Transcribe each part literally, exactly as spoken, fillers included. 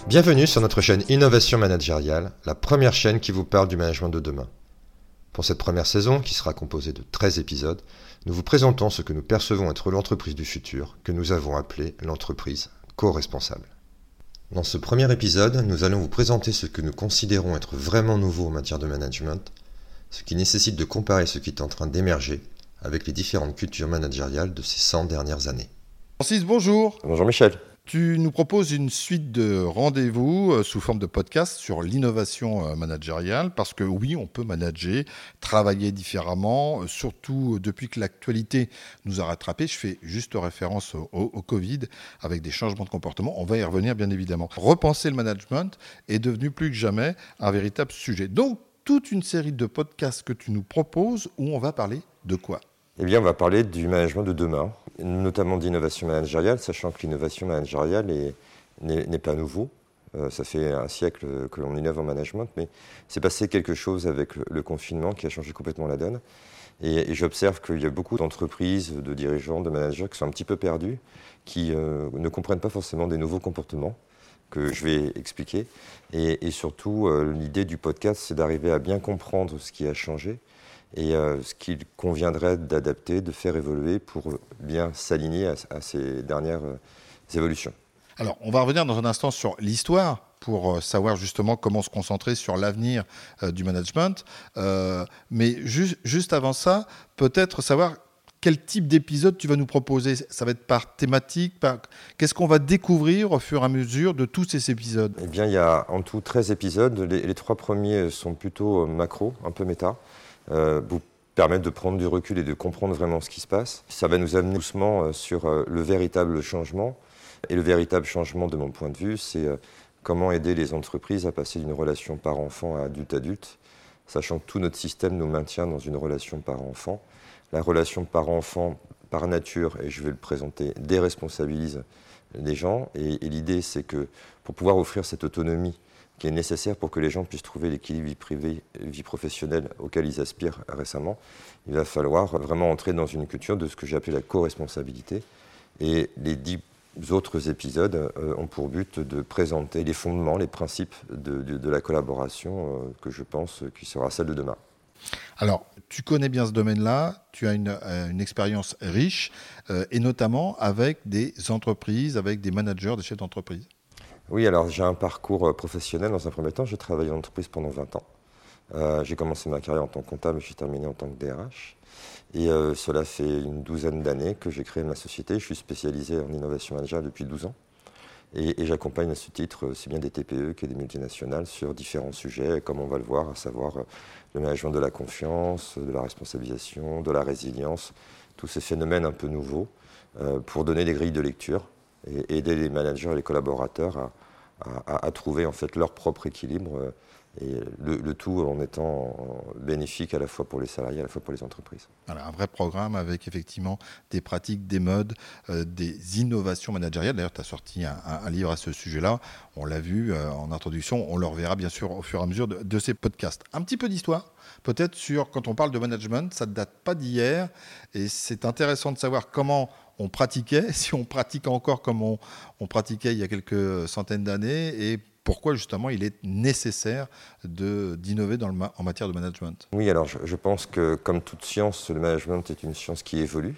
Bienvenue sur notre chaîne Innovation Managériale, la première chaîne qui vous parle du management de demain. Pour cette première saison, qui sera composée de treize épisodes, nous vous présentons ce que nous percevons être l'entreprise du futur, que nous avons appelée l'entreprise co-responsable. Dans ce premier épisode, nous allons vous présenter ce que nous considérons être vraiment nouveau en matière de management, ce qui nécessite de comparer ce qui est en train d'émerger avec les différentes cultures managériales de ces cent dernières années. Francis, bonjour. Bonjour Michel. Tu nous proposes une suite de rendez-vous euh, sous forme de podcast sur l'innovation euh, managériale, parce que oui, on peut manager, travailler différemment, euh, surtout euh, depuis que l'actualité nous a rattrapés. Je fais juste référence au, au, au Covid, avec des changements de comportement. On va y revenir bien évidemment. Repenser le management est devenu plus que jamais un véritable sujet. Donc, toute une série de podcasts que tu nous proposes où on va parler de quoi ? Eh bien, on va parler du management de demain, notamment d'innovation managériale, sachant que l'innovation managériale est, n'est, n'est pas nouveau. Euh, ça fait un siècle que l'on innove en management, mais c'est passé quelque chose avec le, le confinement qui a changé complètement la donne. Et, et j'observe qu'il y a beaucoup d'entreprises, de dirigeants, de managers qui sont un petit peu perdus, qui euh, ne comprennent pas forcément des nouveaux comportements que je vais expliquer. Et, et surtout, euh, l'idée du podcast, c'est d'arriver à bien comprendre ce qui a changé et euh, ce qu'il conviendrait d'adapter, de faire évoluer pour bien s'aligner à, à ces dernières euh, évolutions. Alors, on va revenir dans un instant sur l'histoire pour euh, savoir justement comment se concentrer sur l'avenir euh, du management. Euh, mais ju- juste avant ça, peut-être savoir quel type d'épisode tu vas nous proposer. Ça va être par thématique, par... Qu'est-ce qu'on va découvrir au fur et à mesure de tous ces épisodes ? Eh bien, il y a en tout treize épisodes. Les, les trois premiers sont plutôt macro, un peu méta. Euh, vous permettre de prendre du recul et de comprendre vraiment ce qui se passe. Ça va nous amener doucement euh, sur euh, le véritable changement. Et le véritable changement, de mon point de vue, c'est euh, comment aider les entreprises à passer d'une relation parent-enfant à adulte-adulte, sachant que tout notre système nous maintient dans une relation parent-enfant. La relation parent-enfant, par nature, et je vais le présenter, déresponsabilise les gens. Et, et l'idée, c'est que pour pouvoir offrir cette autonomie qui est nécessaire pour que les gens puissent trouver l'équilibre vie privée et vie professionnelle auquel ils aspirent récemment, il va falloir vraiment entrer dans une culture de ce que j'ai appelé la co-responsabilité. Et les dix autres épisodes euh, ont pour but de présenter les fondements, les principes de, de, de la collaboration euh, que je pense qui sera celle de demain. Alors, tu connais bien ce domaine-là, tu as une, euh, une expérience riche, euh, et notamment avec des entreprises, avec des managers, des chefs d'entreprise. Oui, alors j'ai un parcours professionnel. Dans un premier temps, j'ai travaillé en entreprise pendant vingt ans. Euh, j'ai commencé ma carrière en tant que comptable, j'ai terminé en tant que D R H. Et euh, cela fait une douzaine d'années que j'ai créé ma société. Je suis spécialisé en innovation managériale depuis douze ans. Et, et j'accompagne à ce titre aussi bien des T P E que des multinationales sur différents sujets, comme on va le voir, à savoir le management de la confiance, de la responsabilisation, de la résilience, tous ces phénomènes un peu nouveaux, euh, pour donner des grilles de lecture et aider les managers et les collaborateurs à, à, à trouver en fait leur propre équilibre, et le, le tout en étant bénéfique à la fois pour les salariés, à la fois pour les entreprises. Voilà, un vrai programme avec effectivement des pratiques, des modes, euh, des innovations managériales. D'ailleurs, tu as sorti un, un, un livre à ce sujet-là. On l'a vu euh, en introduction. On le reverra bien sûr au fur et à mesure de, de ces podcasts. Un petit peu d'histoire, peut-être sur quand on parle de management, ça ne date pas d'hier. Et c'est intéressant de savoir comment on pratiquait, si on pratique encore comme on, on pratiquait il y a quelques centaines d'années, et pourquoi justement il est nécessaire de, d'innover dans le, en matière de management. Oui, alors je, je pense que comme toute science, le management est une science qui évolue.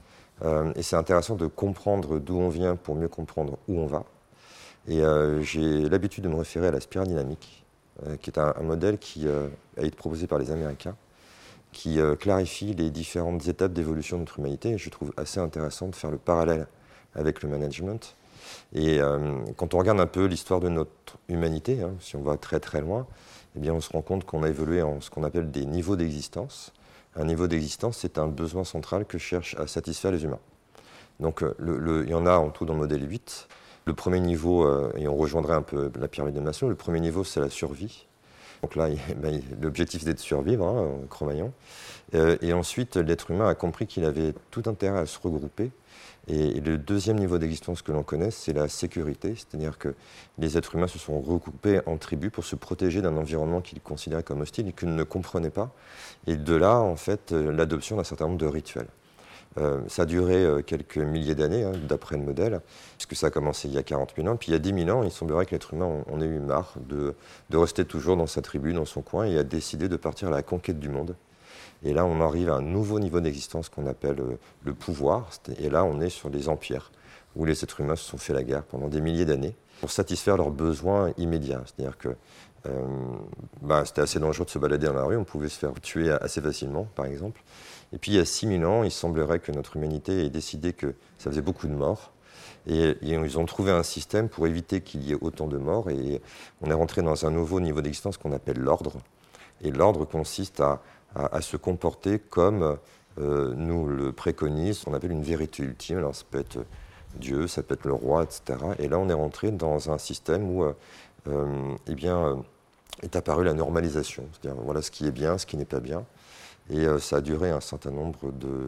Euh, et c'est intéressant de comprendre d'où on vient pour mieux comprendre où on va. Et euh, j'ai l'habitude de me référer à la spirale dynamique, euh, qui est un, un modèle qui euh, a été proposé par les Américains, qui euh, clarifie les différentes étapes d'évolution de notre humanité. Et je trouve assez intéressant de faire le parallèle avec le management. Et euh, quand on regarde un peu l'histoire de notre humanité, hein, si on va très très loin, eh bien on se rend compte qu'on a évolué en ce qu'on appelle des niveaux d'existence. Un niveau d'existence, c'est un besoin central que cherchent à satisfaire les humains. Donc le, le, il y en a en tout dans le modèle huit. Le premier niveau, euh, et on rejoindrait un peu la pyramide de Maslow, le premier niveau c'est la survie. Donc là, il, ben, l'objectif c'est de survivre, hein, Cro-Magnon. Euh, et ensuite, l'être humain a compris qu'il avait tout intérêt à se regrouper. Et le deuxième niveau d'existence que l'on connaît, c'est la sécurité, c'est-à-dire que les êtres humains se sont regroupés en tribus pour se protéger d'un environnement qu'ils considéraient comme hostile et qu'ils ne comprenaient pas. Et de là, en fait, l'adoption d'un certain nombre de rituels. Euh, ça a duré euh, quelques milliers d'années, hein, d'après le modèle, puisque ça a commencé il y a quarante mille ans. Puis il y a dix mille ans, il semblerait que l'être humain en ait eu marre de, de rester toujours dans sa tribu, dans son coin, et a décidé de partir à la conquête du monde. Et là, on arrive à un nouveau niveau d'existence qu'on appelle euh, le pouvoir. Et là, on est sur les empires, où les êtres humains se sont fait la guerre pendant des milliers d'années pour satisfaire leurs besoins immédiats. C'est-à-dire que euh, bah, c'était assez dangereux de se balader dans la rue, on pouvait se faire tuer assez facilement, par exemple. Et puis il y a six mille ans, il semblerait que notre humanité ait décidé que ça faisait beaucoup de morts. Et, et ils ont trouvé un système pour éviter qu'il y ait autant de morts. Et on est rentré dans un nouveau niveau d'existence qu'on appelle l'ordre. Et l'ordre consiste à, à, à se comporter comme euh, nous le préconise, on appelle une vérité ultime. Alors ça peut être Dieu, ça peut être le roi, et cetera. Et là, on est rentré dans un système où euh, euh, eh bien, euh, est apparue la normalisation. C'est-à-dire voilà ce qui est bien, ce qui n'est pas bien. Et euh, ça a duré un certain nombre de,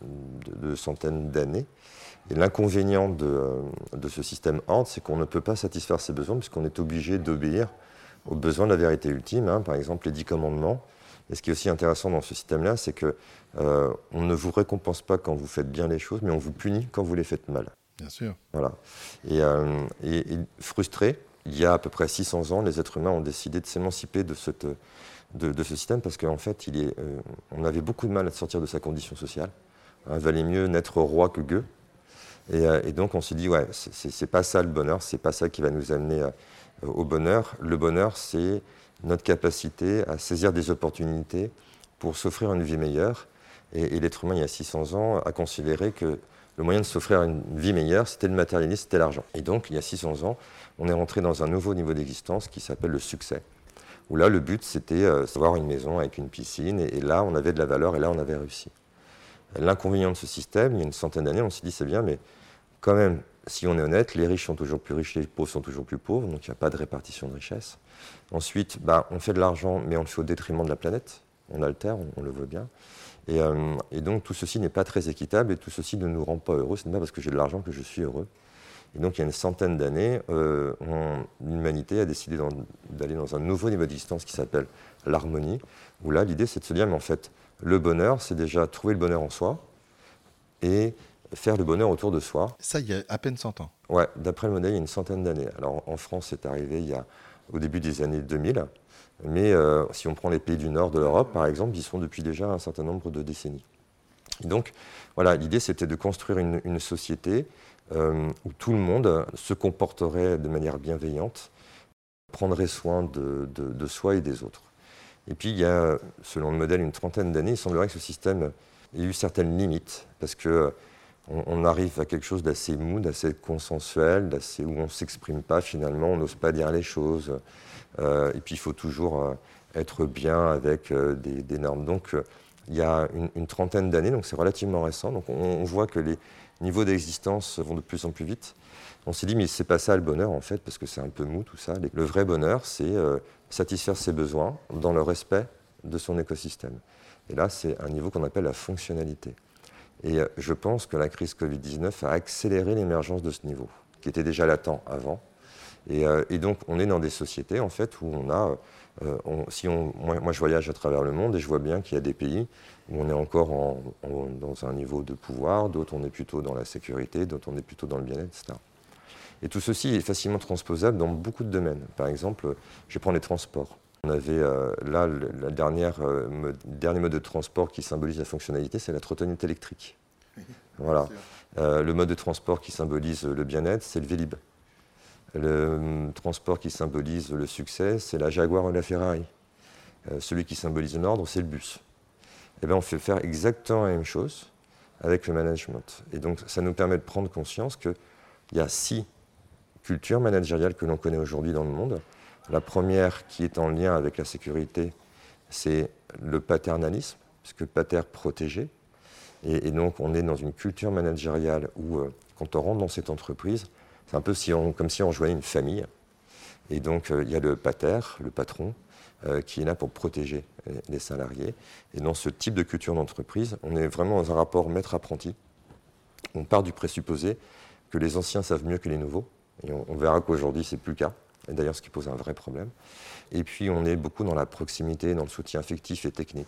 de, de centaines d'années. Et l'inconvénient de, euh, de ce système ordre, c'est qu'on ne peut pas satisfaire ses besoins puisqu'on est obligé d'obéir aux besoins de la vérité ultime, hein, par exemple les dix commandements. Et ce qui est aussi intéressant dans ce système-là, c'est qu'on euh, ne vous récompense pas quand vous faites bien les choses, mais on vous punit quand vous les faites mal. Bien sûr. Voilà. Et, euh, et, et frustrés, il y a à peu près six cents ans, les êtres humains ont décidé de s'émanciper de cette... De, de ce système parce qu'en fait, il est, euh, on avait beaucoup de mal à sortir de sa condition sociale. Il hein, valait mieux n'être roi que gueux. Et, euh, et donc, on s'est dit, ouais, c'est pas ça le bonheur, c'est pas ça qui va nous amener euh, au bonheur. Le bonheur, c'est notre capacité à saisir des opportunités pour s'offrir une vie meilleure. Et, et l'être humain, il y a six cents ans, a considéré que le moyen de s'offrir une vie meilleure, c'était le matérialisme, c'était l'argent. Et donc, il y a six cents ans, on est rentré dans un nouveau niveau d'existence qui s'appelle le succès. Où là, le but, c'était euh, d'avoir une maison avec une piscine, et, et là, on avait de la valeur, et là, on avait réussi. L'inconvénient de ce système, il y a une centaine d'années, on s'est dit, c'est bien, mais quand même, si on est honnête, les riches sont toujours plus riches, les pauvres sont toujours plus pauvres, donc il n'y a pas de répartition de richesse. Ensuite, bah, on fait de l'argent, mais on le fait au détriment de la planète, on altère, on, on le voit bien. Et, euh, et donc, tout ceci n'est pas très équitable, et tout ceci ne nous rend pas heureux, ce n'est pas parce que j'ai de l'argent que je suis heureux. Et donc, il y a une centaine d'années, euh, l'humanité a décidé d'aller dans un nouveau niveau d'existence qui s'appelle l'harmonie, où là, l'idée, c'est de se dire, mais en fait, le bonheur, c'est déjà trouver le bonheur en soi et faire le bonheur autour de soi. Ça, il y a à peine cent ans. Ouais, d'après le modèle, il y a une centaine d'années. Alors, en France, c'est arrivé il y a, au début des années deux mille, mais euh, si on prend les pays du nord de l'Europe, par exemple, ils y sont depuis déjà un certain nombre de décennies. Et donc, voilà, l'idée, c'était de construire une, une société Euh, où tout le monde se comporterait de manière bienveillante, prendrait soin de, de, de soi et des autres. Et puis il y a, selon le modèle, une trentaine d'années, il semblerait que ce système ait eu certaines limites, parce qu'on on arrive à quelque chose d'assez mou, d'assez consensuel, d'assez, où on ne s'exprime pas finalement, on n'ose pas dire les choses, euh, et puis il faut toujours euh, être bien avec euh, des, des normes. Donc euh, il y a une, une trentaine d'années, donc c'est relativement récent, donc on, on voit que les niveaux d'existence vont de plus en plus vite. On s'est dit, mais c'est pas ça le bonheur en fait, parce que c'est un peu mou tout ça. Le vrai bonheur, c'est euh, satisfaire ses besoins dans le respect de son écosystème. Et là, c'est un niveau qu'on appelle la fonctionnalité. Et euh, je pense que la crise covid dix-neuf a accéléré l'émergence de ce niveau, qui était déjà latent avant. Et, euh, et donc, on est dans des sociétés en fait où on a, euh, on, si on, moi, moi, je voyage à travers le monde et je vois bien qu'il y a des pays où on est encore en, en, dans un niveau de pouvoir, d'autres on est plutôt dans la sécurité, d'autres on est plutôt dans le bien-être, et cetera. Et tout ceci est facilement transposable dans beaucoup de domaines. Par exemple, je vais prendre les transports. On avait euh, là le la dernière, euh, mode, dernier mode de transport qui symbolise la fonctionnalité, c'est la trottinette électrique. Oui, voilà. Euh, le mode de transport qui symbolise le bien-être, c'est le Vélib. Le transport qui symbolise le succès, c'est la Jaguar ou la Ferrari. Euh, celui qui symbolise l'ordre, c'est le bus. Et bien, on fait faire exactement la même chose avec le management. Et donc, ça nous permet de prendre conscience qu'il y a six cultures managériales que l'on connaît aujourd'hui dans le monde. La première, qui est en lien avec la sécurité, c'est le paternalisme, puisque pater, protégé. Et, et donc, on est dans une culture managériale où, euh, quand on rentre dans cette entreprise, c'est un peu si on, comme si on joignait une famille. Et donc, euh, il y a le pater, le patron, euh, qui est là pour protéger les salariés. Et dans ce type de culture d'entreprise, on est vraiment dans un rapport maître-apprenti. On part du présupposé que les anciens savent mieux que les nouveaux. Et on, on verra qu'aujourd'hui, ce n'est plus le cas. Et d'ailleurs, ce qui pose un vrai problème. Et puis, on est beaucoup dans la proximité, dans le soutien affectif et technique.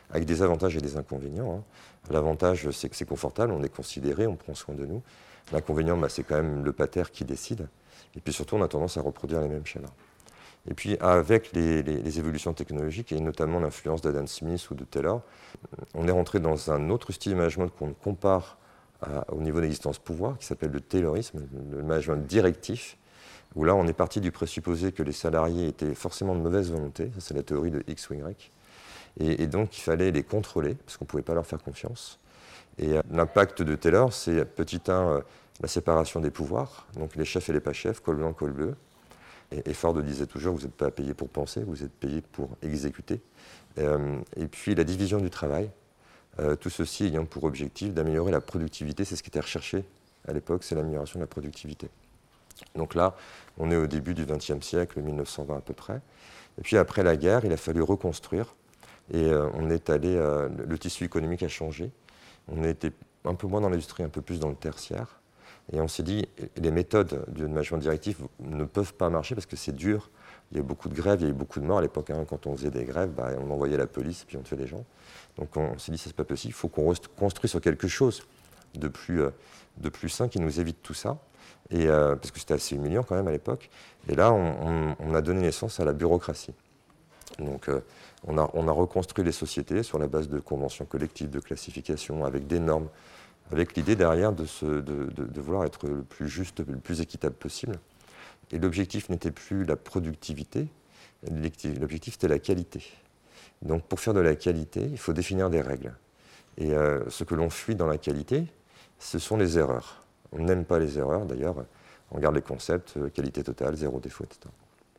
avec des avantages et des inconvénients. Hein. L'avantage, c'est que c'est confortable, on est considéré, on prend soin de nous. L'inconvénient, bah, c'est quand même le pater qui décide. Et puis surtout, on a tendance à reproduire les mêmes schémas. Et puis, avec les, les, les évolutions technologiques, et notamment l'influence d'Adam Smith ou de Taylor, on est rentré dans un autre style de management qu'on compare à, au niveau d'existence-pouvoir, qui s'appelle le Taylorisme, le management directif, où là, on est parti du présupposé que les salariés étaient forcément de mauvaise volonté, ça c'est la théorie de X ou Y, et, et donc il fallait les contrôler, parce qu'on ne pouvait pas leur faire confiance. Et euh, l'impact de Taylor, c'est petit un, euh, la séparation des pouvoirs, donc les chefs et les pas chefs, col blanc, col bleu. Et, et Ford disait toujours, vous n'êtes pas payé pour penser, vous êtes payé pour exécuter. Euh, et puis la division du travail, euh, tout ceci ayant pour objectif d'améliorer la productivité, c'est ce qui était recherché à l'époque, c'est l'amélioration de la productivité. Donc là, on est au début du vingtième siècle, mille neuf cent vingt à peu près. Et puis après la guerre, il a fallu reconstruire. Et euh, on est allé, euh, le tissu économique a changé. On était un peu moins dans l'industrie, un peu plus dans le tertiaire. Et on s'est dit, les méthodes du management directif ne peuvent pas marcher parce que c'est dur. Il y a eu beaucoup de grèves, il y a eu beaucoup de morts à l'époque. Hein, quand on faisait des grèves, bah, on envoyait la police et puis on tuait les gens. Donc on, on s'est dit, c'est pas possible, il faut qu'on construise sur quelque chose de plus, euh, de plus sain qui nous évite tout ça. Et, euh, parce que c'était assez humiliant quand même à l'époque. Et là, on, on, on a donné naissance à la bureaucratie. Donc euh, on, a, on a reconstruit les sociétés sur la base de conventions collectives, de classification, avec des normes, avec l'idée derrière de, se, de, de, de vouloir être le plus juste, le plus équitable possible. Et l'objectif n'était plus la productivité, l'objectif c'était la qualité. Donc pour faire de la qualité, il faut définir des règles. Et euh, ce que l'on fuit dans la qualité, ce sont les erreurs. On n'aime pas les erreurs, d'ailleurs, on regarde les concepts, euh, qualité totale, zéro défaut, et cetera.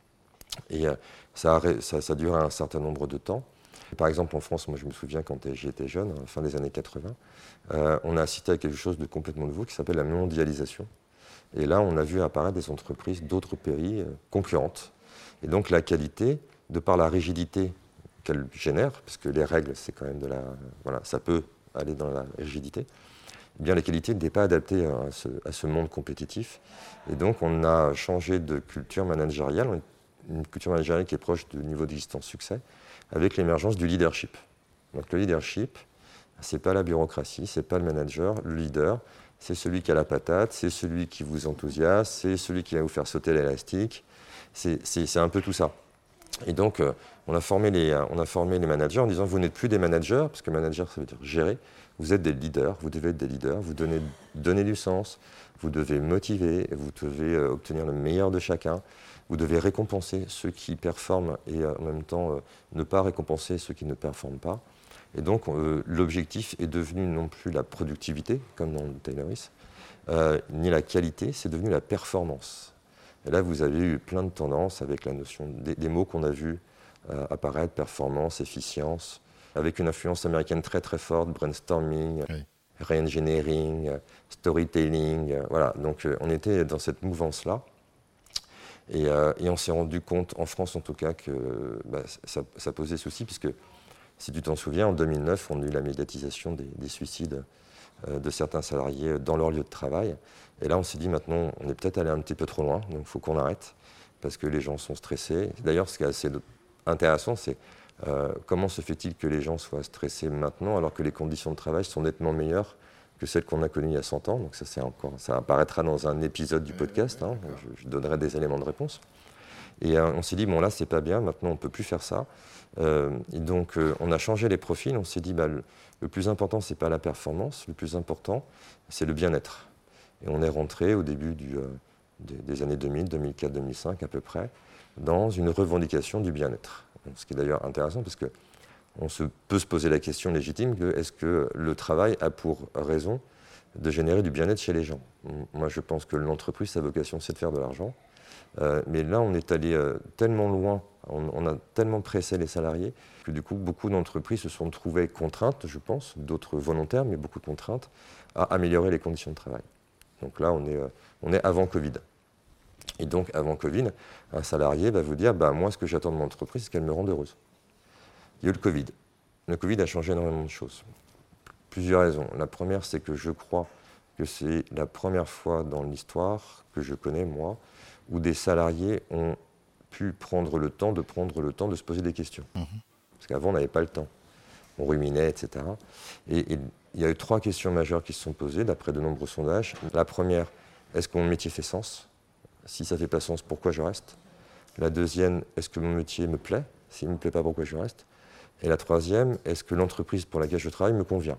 Et euh, ça, a, ça, ça a duré un certain nombre de temps. Par exemple, en France, moi je me souviens quand j'étais jeune, à la fin des années quatre-vingts, euh, on a assisté à quelque chose de complètement nouveau qui s'appelle la mondialisation. Et là, on a vu apparaître des entreprises d'autres pays euh, concurrentes. Et donc la qualité, de par la rigidité qu'elle génère, parce que les règles, c'est quand même de la... Voilà, ça peut aller dans la rigidité, eh bien, la qualité n'était pas adaptée à ce, à ce monde compétitif. Et donc, on a changé de culture managériale, une culture managériale qui est proche du niveau d'existence succès, avec l'émergence du leadership. Donc, le leadership, ce n'est pas la bureaucratie, ce n'est pas le manager. Le leader, c'est celui qui a la patate, c'est celui qui vous enthousiasme, c'est celui qui va vous faire sauter l'élastique. C'est, c'est, c'est un peu tout ça. Et donc, euh, on, a formé les, on a formé les managers en disant, vous n'êtes plus des managers, parce que manager, ça veut dire gérer. Vous êtes des leaders, vous devez être des leaders, vous donnez, donnez du sens, vous devez motiver, vous devez euh, obtenir le meilleur de chacun, vous devez récompenser ceux qui performent et euh, en même temps euh, ne pas récompenser ceux qui ne performent pas. Et donc euh, l'objectif est devenu non plus la productivité, comme dans le Taylorisme, euh, ni la qualité, c'est devenu la performance. Et là, vous avez eu plein de tendances avec la notion des, des mots qu'on a vus euh, apparaître, performance, efficience, avec une influence américaine très très forte, brainstorming, oui. Re-engineering, storytelling, euh, voilà. Donc euh, on était dans cette mouvance-là. Et, euh, et on s'est rendu compte, en France en tout cas, que bah, ça, ça posait souci, puisque si tu t'en souviens, en deux mille neuf, on a eu la médiatisation des, des suicides euh, de certains salariés dans leur lieu de travail. Et là, on s'est dit, maintenant, on est peut-être allé un petit peu trop loin, donc il faut qu'on arrête, parce que les gens sont stressés. D'ailleurs, ce qui est assez intéressant, c'est Euh, comment se fait-il que les gens soient stressés maintenant alors que les conditions de travail sont nettement meilleures que celles qu'on a connues il y a cent ans. Donc ça, c'est encore, ça apparaîtra dans un épisode du podcast, hein, je, je donnerai des éléments de réponse. Et euh, on s'est dit, bon là, c'est pas bien, maintenant on ne peut plus faire ça. Euh, et donc euh, on a changé les profils, on s'est dit, bah, le, le plus important, c'est pas la performance, le plus important, c'est le bien-être. Et on est rentré au début du, euh, des, des années deux mille, deux mille quatre, deux mille cinq à peu près, dans une revendication du bien-être. Ce qui est d'ailleurs intéressant parce qu'on se, peut se poser la question légitime que est-ce que le travail a pour raison de générer du bien-être chez les gens? Moi, je pense que l'entreprise, sa vocation, c'est de faire de l'argent. Euh, mais là, on est allé euh, tellement loin, on, on a tellement pressé les salariés que du coup, beaucoup d'entreprises se sont trouvées contraintes, je pense, d'autres volontaires, mais beaucoup de contraintes, à améliorer les conditions de travail. Donc là, on est, euh, on est avant Covid. Et donc, avant Covid, un salarié va vous dire bah, « moi, ce que j'attends de mon entreprise, c'est qu'elle me rende heureuse ». Il y a eu le Covid. Le Covid a changé énormément de choses. Plusieurs raisons. La première, c'est que je crois que c'est la première fois dans l'histoire que je connais, moi, où des salariés ont pu prendre le temps de prendre le temps de se poser des questions. Mmh. Parce qu'avant, on n'avait pas le temps. on ruminait, et cetera. Et, et il y a eu trois questions majeures qui se sont posées, d'après de nombreux sondages. La première, est-ce que mon métier fait sens? Si ça ne fait pas sens, pourquoi je reste? La deuxième, est-ce que mon métier me plaît? S'il ne me plaît pas, pourquoi je reste? Et la troisième, est-ce que l'entreprise pour laquelle je travaille me convient?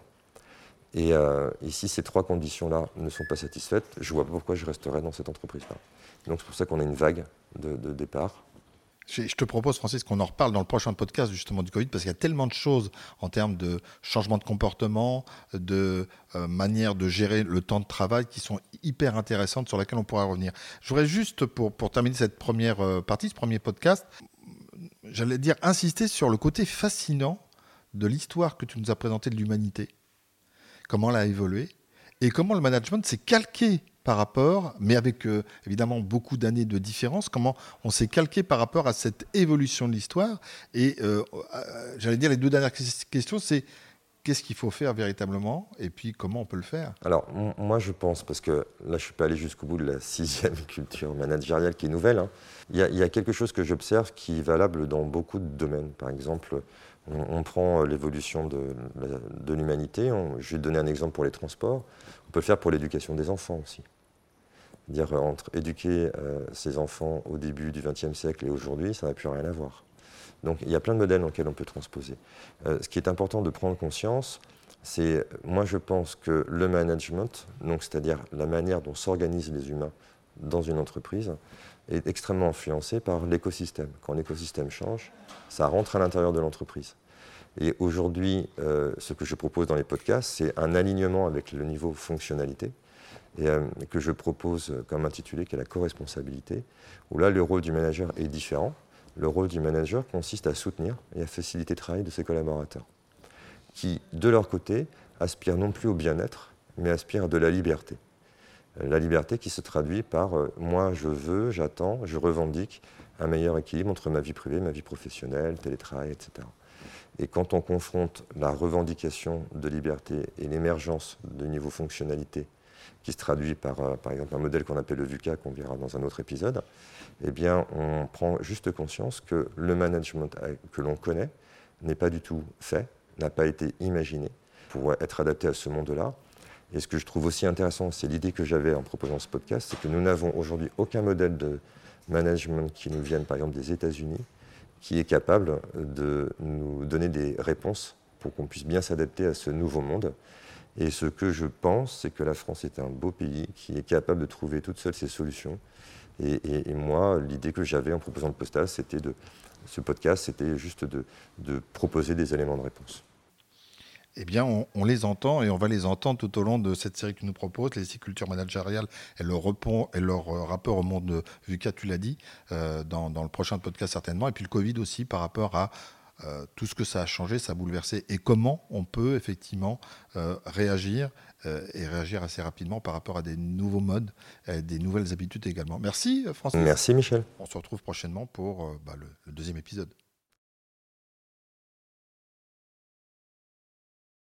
Et, euh, et si ces trois conditions-là ne sont pas satisfaites, je ne vois pas pourquoi je resterai dans cette entreprise-là. Donc c'est pour ça qu'on a une vague de, de départ. Je te propose, Francis, qu'on en reparle dans le prochain podcast justement du Covid, parce qu'il y a tellement de choses en termes de changement de comportement, de euh, manière de gérer le temps de travail qui sont hyper intéressantes, sur lesquelles on pourra revenir. Je voudrais juste, pour, pour terminer cette première euh, partie, ce premier podcast, j'allais dire insister sur le côté fascinant de l'histoire que tu nous as présentée de l'humanité, comment elle a évolué, et comment le management s'est calqué par rapport, mais avec euh, évidemment beaucoup d'années de différence, comment on s'est calqué par rapport à cette évolution de l'histoire. Et euh, euh, j'allais dire, les deux dernières questions, c'est qu'est-ce qu'il faut faire véritablement, et puis comment on peut le faire? Alors, m- moi je pense, parce que là je ne suis pas allé jusqu'au bout de la sixième culture managériale qui est nouvelle, hein. il, y a, il y a quelque chose que j'observe qui est valable dans beaucoup de domaines. Par exemple, on, on prend l'évolution de, de l'humanité, on, je vais te donner un exemple pour les transports, on peut le faire pour l'éducation des enfants aussi. Dire entre éduquer euh, ses enfants au début du vingtième siècle et aujourd'hui, ça n'a plus rien à voir. Donc il y a plein de modèles dans lesquels on peut transposer. Euh, ce qui est important de prendre conscience, c'est, moi je pense que le management, donc c'est-à-dire la manière dont s'organisent les humains dans une entreprise, est extrêmement influencé par l'écosystème. Quand l'écosystème change, ça rentre à l'intérieur de l'entreprise. Et aujourd'hui, euh, ce que je propose dans les podcasts, c'est un alignement avec le niveau fonctionnalité, et euh, que je propose comme intitulé, qui est la co-responsabilité, où là, le rôle du manager est différent. Le rôle du manager consiste à soutenir et à faciliter le travail de ses collaborateurs, qui, de leur côté, aspirent non plus au bien-être, mais aspirent à de la liberté. La liberté qui se traduit par euh, moi, je veux, j'attends, je revendique un meilleur équilibre entre ma vie privée, ma vie professionnelle, télétravail, et cetera. Et quand on confronte la revendication de liberté et l'émergence de niveau fonctionnalité, qui se traduit par, euh, par exemple, un modèle qu'on appelle le VUCA, qu'on verra dans un autre épisode, eh bien, on prend juste conscience que le management que l'on connaît n'est pas du tout fait, n'a pas été imaginé pour être adapté à ce monde-là. Et ce que je trouve aussi intéressant, c'est l'idée que j'avais en proposant ce podcast, c'est que nous n'avons aujourd'hui aucun modèle de management qui nous vienne, par exemple, des États-Unis, qui est capable de nous donner des réponses pour qu'on puisse bien s'adapter à ce nouveau monde. Et ce que je pense, c'est que la France est un beau pays qui est capable de trouver toute seule ses solutions. Et, et, et moi, l'idée que j'avais en proposant le podcast, c'était de, ce podcast, c'était juste de, de proposer des éléments de réponse. Eh bien, on, on les entend et on va les entendre tout au long de cette série que tu nous proposes, les six cultures managériales et leur, repos, et leur euh, rapport au monde VUCA, tu l'as dit, euh, dans, dans le prochain podcast certainement. Et puis le Covid aussi par rapport à euh, tout ce que ça a changé, ça a bouleversé et comment on peut effectivement euh, réagir euh, et réagir assez rapidement par rapport à des nouveaux modes, et des nouvelles habitudes également. Merci Francis. Merci Michel. On se retrouve prochainement pour euh, bah, le, le deuxième épisode.